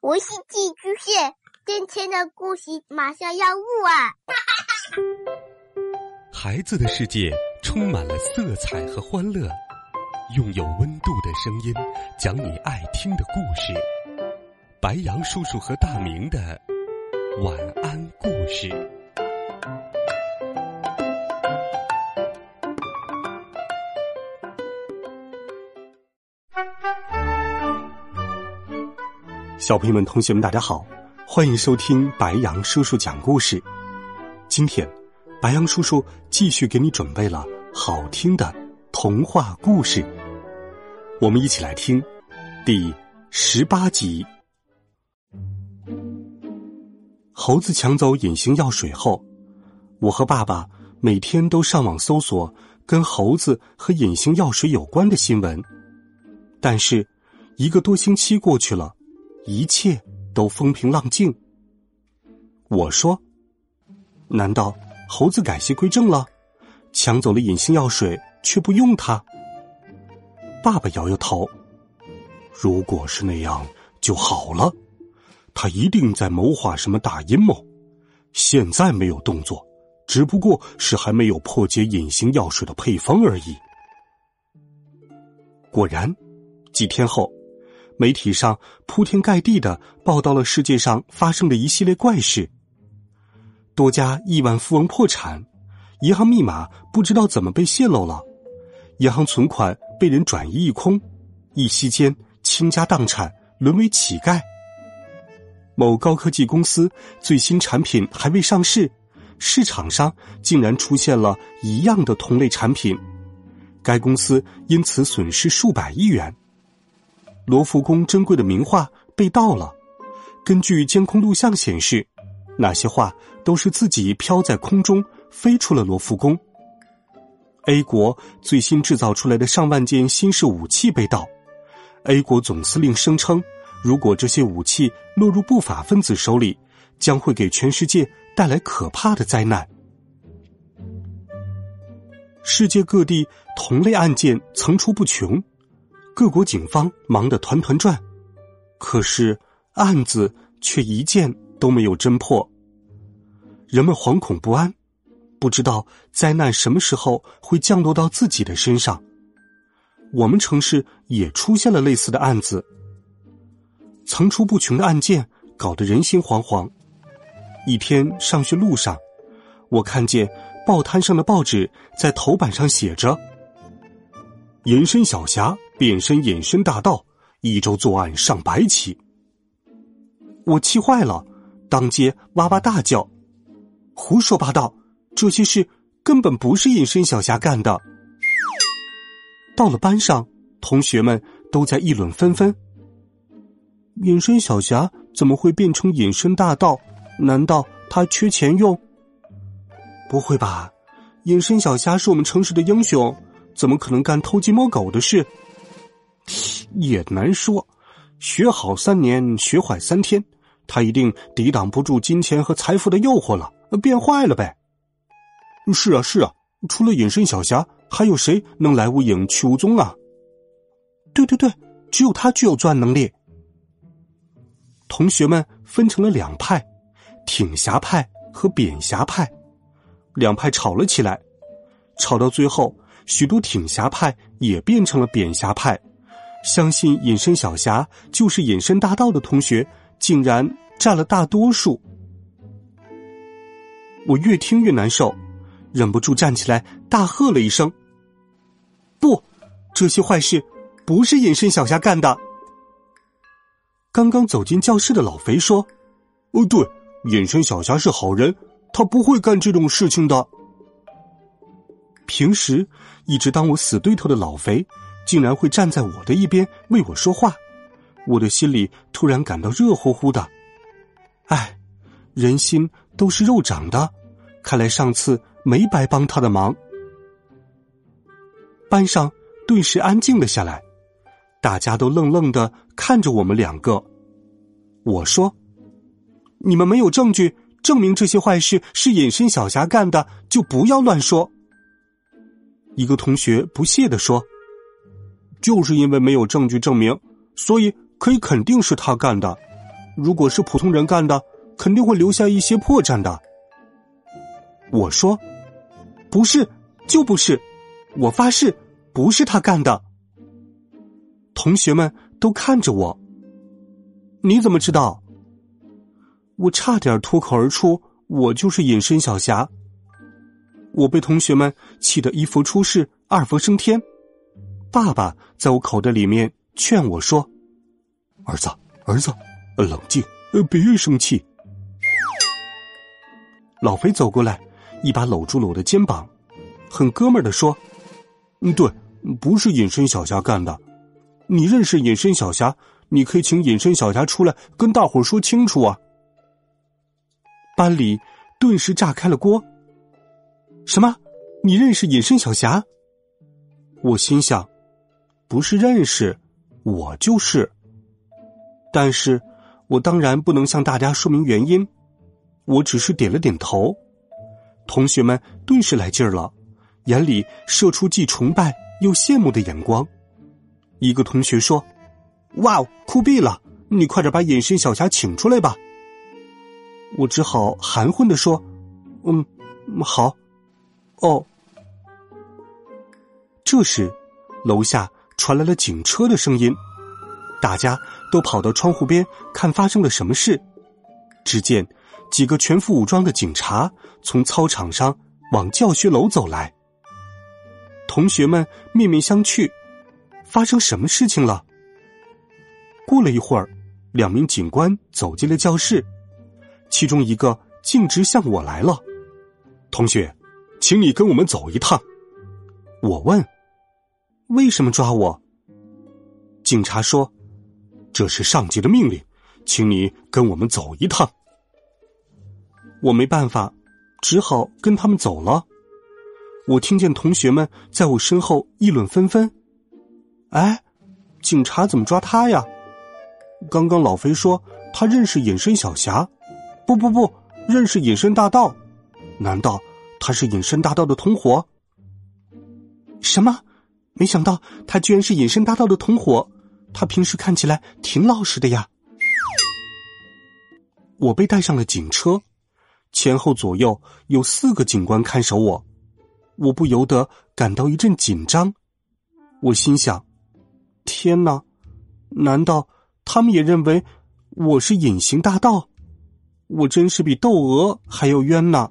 我是寄居蟹，今天的故事马上要录啊！ 孩子的世界充满了色彩和欢乐，用有温度的声音讲你爱听的故事。白杨叔叔和大明的晚安故事。小朋友们、同学们，大家好，欢迎收听白杨叔叔讲故事。今天，白杨叔叔继续给你准备了好听的童话故事，我们一起来听第18集。猴子抢走隐形药水后，我和爸爸每天都上网搜索跟猴子和隐形药水有关的新闻，但是1个多星期过去了，一切都风平浪静。我说，难道猴子改邪归正了，抢走了隐形药水却不用它？爸爸摇摇头，如果是那样就好了，他一定在谋划什么大阴谋，现在没有动作，只不过是还没有破解隐形药水的配方而已。果然，几天后，媒体上铺天盖地地报道了世界上发生的一系列怪事。多家亿万富翁破产，银行密码不知道怎么被泄露了，银行存款被人转移一空，一夕间倾家荡产，沦为乞丐。某高科技公司最新产品还未上市，市场上竟然出现了一样的同类产品，该公司因此损失数百亿元。罗浮宫珍贵的名画被盗了，根据监控录像显示，那些画都是自己飘在空中飞出了罗浮宫。A 国最新制造出来的上万件新式武器被盗， A 国总司令声称，如果这些武器落入不法分子手里，将会给全世界带来可怕的灾难。世界各地同类案件层出不穷，各国警方忙得团团转，可是案子却一件都没有侦破。人们惶恐不安，不知道灾难什么时候会降落到自己的身上。我们城市也出现了类似的案子，层出不穷的案件搞得人心惶惶。一天上学路上，我看见报摊上的报纸在头版上写着，隐身小侠变身隐身大盗，1周作案上百起。我气坏了，当街哇哇大叫，胡说八道，这些事根本不是隐身小侠干的。到了班上，同学们都在议论纷纷，隐身小侠怎么会变成隐身大盗？难道他缺钱用？不会吧，隐身小侠是我们城市的英雄，怎么可能干偷鸡摸狗的事？也难说，学好3年，学坏3天，他一定抵挡不住金钱和财富的诱惑了，变坏了呗。是啊，除了隐身小侠，还有谁能来无影去无踪啊？对，只有他具有作案能力。同学们分成了2派，挺侠派和扁侠派，2派吵了起来，吵到最后，许多挺侠派也变成了扁侠派，相信隐身小侠就是隐身大盗的同学竟然占了大多数。我越听越难受，忍不住站起来大喝了一声，不，这些坏事不是隐身小侠干的。刚刚走进教室的老肥说，对，隐身小侠是好人，他不会干这种事情的。平时一直当我死对头的老肥竟然会站在我的一边为我说话，我的心里突然感到热乎乎的。哎，人心都是肉长的，看来上次没白帮他的忙。班上顿时安静了下来，大家都愣愣地看着我们2个。我说，你们没有证据证明这些坏事是隐身小侠干的，就不要乱说。一个同学不屑地说，就是因为没有证据证明，所以可以肯定是他干的。 如果是普通人干的，肯定会留下一些破绽的。我说，不是，就不是，我发誓，不是他干的。同学们都看着我。你怎么知道？我差点脱口而出，我就是隐身小侠。我被同学们气得一佛出世，二佛升天。爸爸在我口袋里面劝我说，儿子，冷静，别生气。老肥走过来，一把搂住了我的肩膀，很哥们儿地说，对，不是隐身小侠干的。你认识隐身小侠，你可以请隐身小侠出来跟大伙儿说清楚啊。班里顿时炸开了锅。什么？你认识隐身小侠？我心想，不是认识，我就是。但是我当然不能向大家说明原因，我只是点了点头。同学们顿时来劲儿了，眼里射出既崇拜又羡慕的眼光。一个同学说，哇，酷毙了，你快点把隐身小侠请出来吧。我只好含混地说，好。哦。这时楼下传来了警车的声音，大家都跑到窗户边看发生了什么事。只见几个全副武装的警察从操场上往教学楼走来。同学们面面相觑，发生什么事情了？过了一会儿，2名警官走进了教室，其中一个径直向我来了。同学，请你跟我们走一趟。我问，为什么抓我？警察说，这是上级的命令，请你跟我们走一趟。我没办法，只好跟他们走了。我听见同学们在我身后议论纷纷。哎，警察怎么抓他呀？刚刚老肥说他认识隐身小侠。不，认识隐身大盗。难道他是隐身大盗的同伙？什么？没想到他居然是隐身大盗的同伙，他平时看起来挺老实的呀。我被带上了警车，前后左右有4个警官看守我，我不由得感到一阵紧张。我心想，天哪，难道他们也认为我是隐形大盗？我真是比窦娥还要冤呢。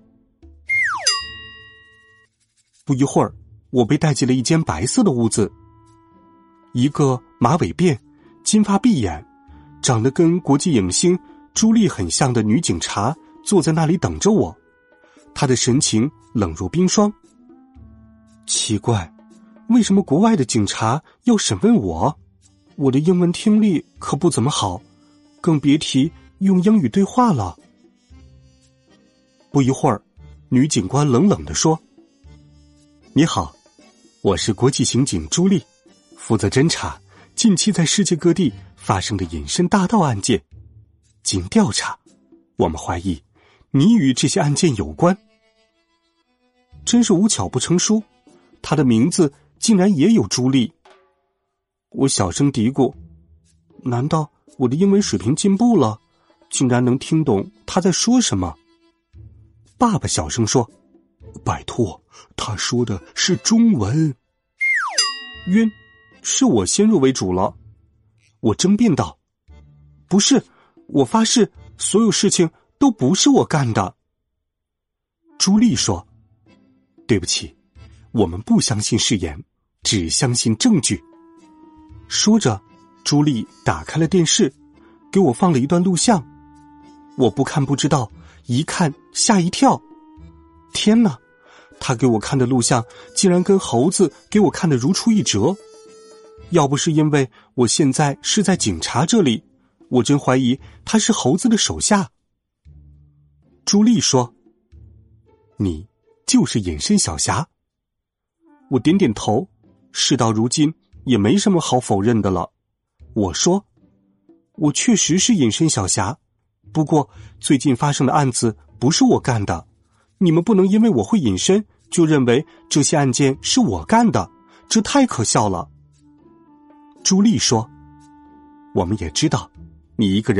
不一会儿，我被带进了一间白色的屋子。一个马尾辫、金发碧眼、长得跟国际影星朱莉很像的女警察坐在那里等着我，她的神情冷若冰霜。奇怪，为什么国外的警察要审问我？我的英文听力可不怎么好，更别提用英语对话了。不一会儿，女警官冷冷地说，你好，我是国际刑警朱莉，负责侦查近期在世界各地发生的隐身大盗案件。经调查，我们怀疑你与这些案件有关。真是无巧不成书，他的名字竟然也有朱莉。我小声嘀咕，难道我的英文水平进步了，竟然能听懂他在说什么？爸爸小声说，拜托，他说的是中文。晕，是我先入为主了。我争辩道，不是，我发誓所有事情都不是我干的。朱莉说，对不起，我们不相信誓言，只相信证据。说着，朱莉打开了电视，给我放了一段录像。我不看不知道，一看吓一跳。天哪，他给我看的录像竟然跟猴子给我看的如出一辙。要不是因为我现在是在警察这里，我真怀疑他是猴子的手下。朱莉说，你就是隐身小侠。我点点头，事到如今也没什么好否认的了。我说，我确实是隐身小侠，不过最近发生的案子不是我干的，你们不能因为我会隐身就认为这些案件是我干的，这太可笑了。朱莉说，我们也知道你一个人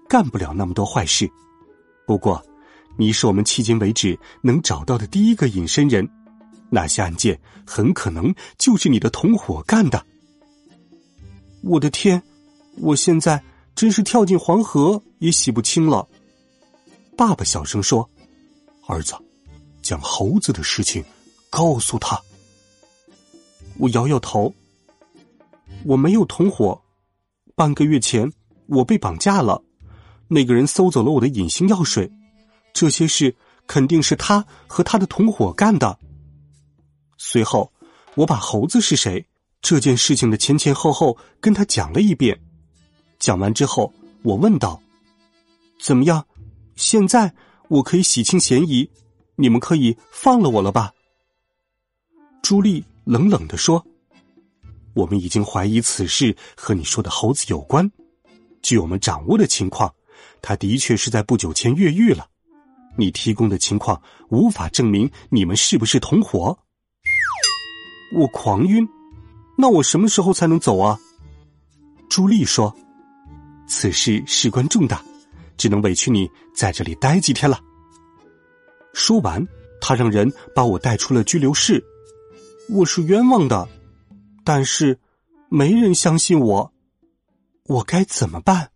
干不了那么多坏事。不过，你是我们迄今为止能找到的第一个隐身人，那些案件很可能就是你的同伙干的。我的天，我现在真是跳进黄河也洗不清了。爸爸小声说：“儿子，将猴子的事情告诉他。”我摇摇头，我没有同伙。半个月前，我被绑架了，那个人搜走了我的隐形药水，这些事肯定是他和他的同伙干的。随后，我把猴子是谁，这件事情的前前后后跟他讲了一遍。讲完之后，我问道：“怎么样？现在我可以洗清嫌疑，你们可以放了我了吧？”朱莉冷冷地说：“我们已经怀疑此事和你说的猴子有关。据我们掌握的情况，他的确是在不久前越狱了。你提供的情况无法证明你们是不是同伙。”我狂晕，那我什么时候才能走啊？朱莉说：“此事事关重大，只能委屈你在这里待几天了。”说完，他让人把我带出了拘留室。我是冤枉的，但是没人相信我，我该怎么办？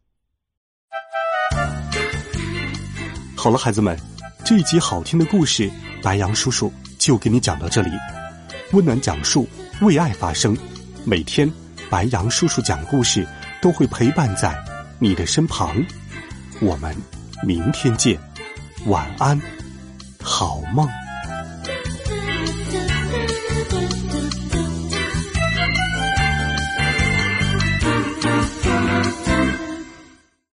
好了，孩子们，这一集好听的故事，白羊叔叔就给你讲到这里。温暖讲述，为爱发声，每天白羊叔叔讲故事都会陪伴在你的身旁。我们明天见，晚安，好梦。